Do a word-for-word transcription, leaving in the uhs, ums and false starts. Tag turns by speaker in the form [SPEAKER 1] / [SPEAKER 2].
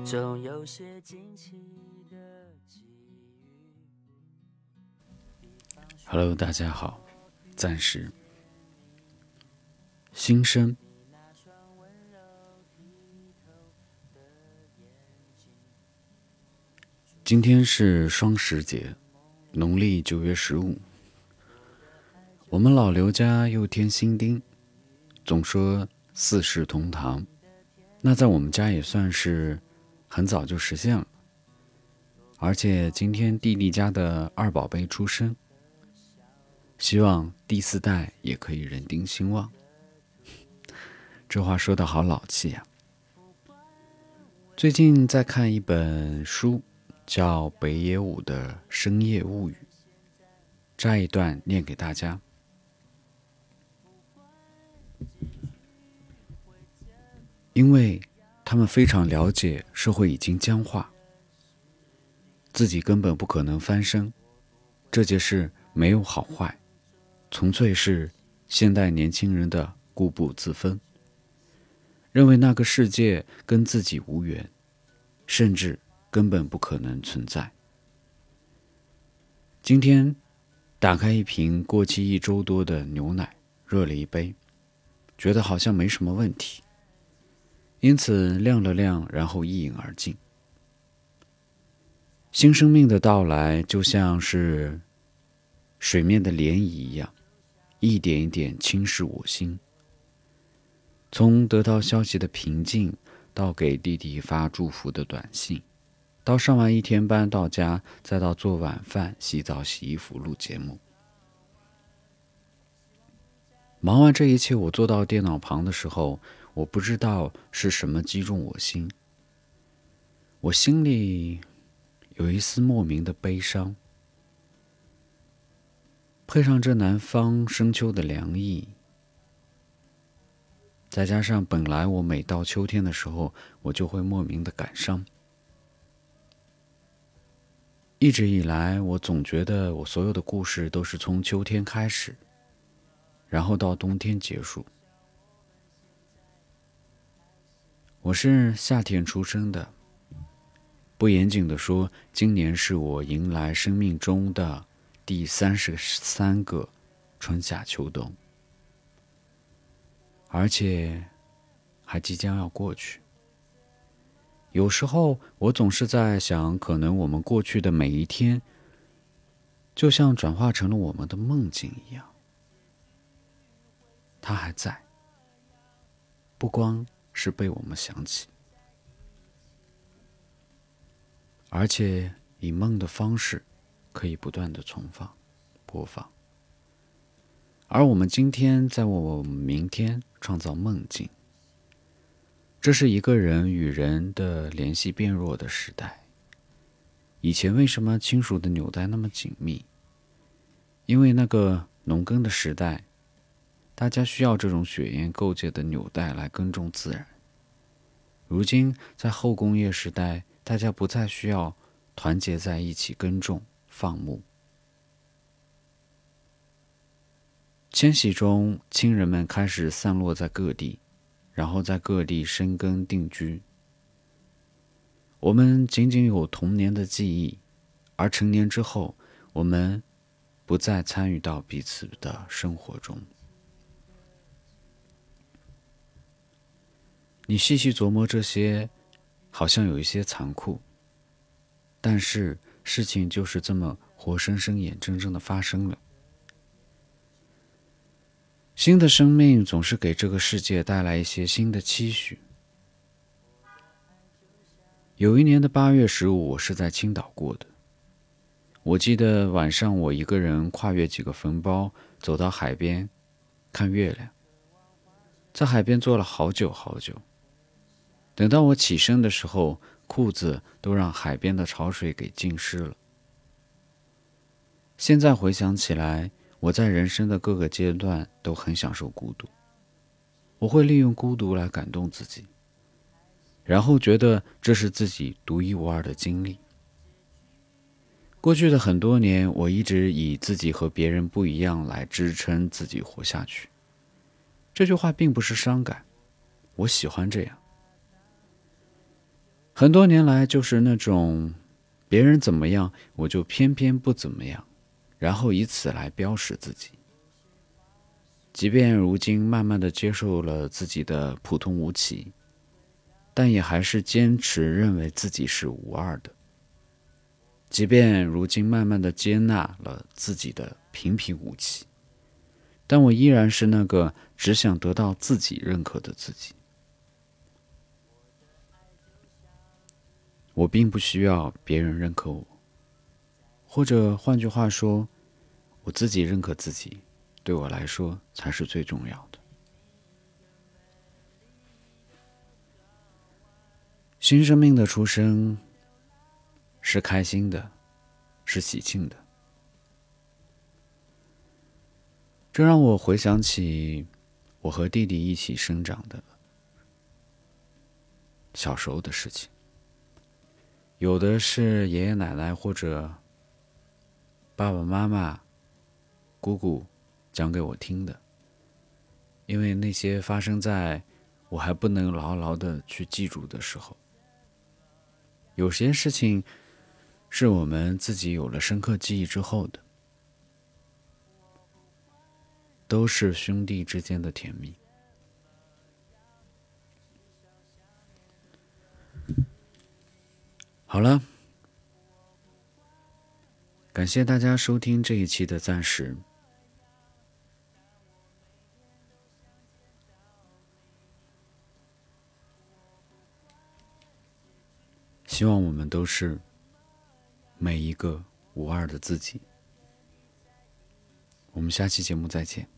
[SPEAKER 1] 总有些惊奇的际遇。
[SPEAKER 2] Hello， 大家好，暂时新生。今天是双十节，农历九月十五。我们老刘家又添新丁，总说四世同堂，那在我们家也算是很早就实现了。而且今天弟弟家的二宝贝出生，希望第四代也可以人丁兴旺。这话说得好老气呀、啊。最近在看一本书，叫北野武的《深夜物语》，摘一段念给大家。因为他们非常了解社会已经僵化，自己根本不可能翻身，这件事没有好坏，纯粹是现代年轻人的固步自封，认为那个世界跟自己无缘，甚至根本不可能存在。今天打开一瓶过期一周多的牛奶，热了一杯，觉得好像没什么问题，因此晾了晾，然后一饮而尽。新生命的到来就像是水面的涟漪一样，一点一点侵蚀我心。从得到消息的平静，到给弟弟发祝福的短信，到上完一天班到家，再到做晚饭、洗澡、洗衣服、录节目。忙完这一切，我坐到电脑旁的时候，我不知道是什么击中我心。我心里有一丝莫名的悲伤，配上这南方深秋的凉意，再加上本来我每到秋天的时候，我就会莫名的感伤。一直以来，我总觉得我所有的故事都是从秋天开始，然后到冬天结束。我是夏天出生的，不严谨地说，今年是我迎来生命中的第三十三个春夏秋冬，而且还即将要过去。有时候我总是在想，可能我们过去的每一天，就像转化成了我们的梦境一样，它还在，不光是被我们想起，而且以梦的方式可以不断的重放播放。而我们今天在为我们明天创造梦境，这是一个人与人的联系变弱的时代。以前为什么亲属的纽带那么紧密？因为那个农耕的时代，大家需要这种血缘构建的纽带来耕种自然。如今在后工业时代，大家不再需要团结在一起耕种放牧。迁徙中，亲人们开始散落在各地，然后在各地生根定居。我们仅仅有童年的记忆，而成年之后，我们不再参与到彼此的生活中。你细细琢磨这些，好像有一些残酷，但是事情就是这么活生生眼睁睁地发生了。新的生命总是给这个世界带来一些新的期许。有一年的八月十五，我是在青岛过的。我记得晚上我一个人跨越几个坟包，走到海边看月亮，在海边坐了好久好久。等到我起身的时候，裤子都让海边的潮水给浸湿了。现在回想起来，我在人生的各个阶段都很享受孤独，我会利用孤独来感动自己，然后觉得这是自己独一无二的经历。过去的很多年，我一直以自己和别人不一样来支撑自己活下去。这句话并不是伤感，我喜欢这样。 很多年来就是那种别人怎么样，我就偏偏不怎么样，然后以此来标识自己。即便如今慢慢地接受了自己的普通无奇，但也还是坚持认为自己是无二的。即便如今慢慢地接纳了自己的平平无奇，但我依然是那个只想得到自己认可的自己。我并不需要别人认可我，或者换句话说，我自己认可自己，对我来说才是最重要的。新生命的出生是开心的，是喜庆的。这让我回想起我和弟弟一起生长的小时候的事情。有的是爷爷奶奶或者爸爸妈妈、姑姑讲给我听的，因为那些发生在我还不能牢牢的去记住的时候。有些事情是我们自己有了深刻记忆之后的，都是兄弟之间的甜蜜。好了，感谢大家收听这一期的暂时。希望我们都是每一个无二的自己。我们下期节目再见。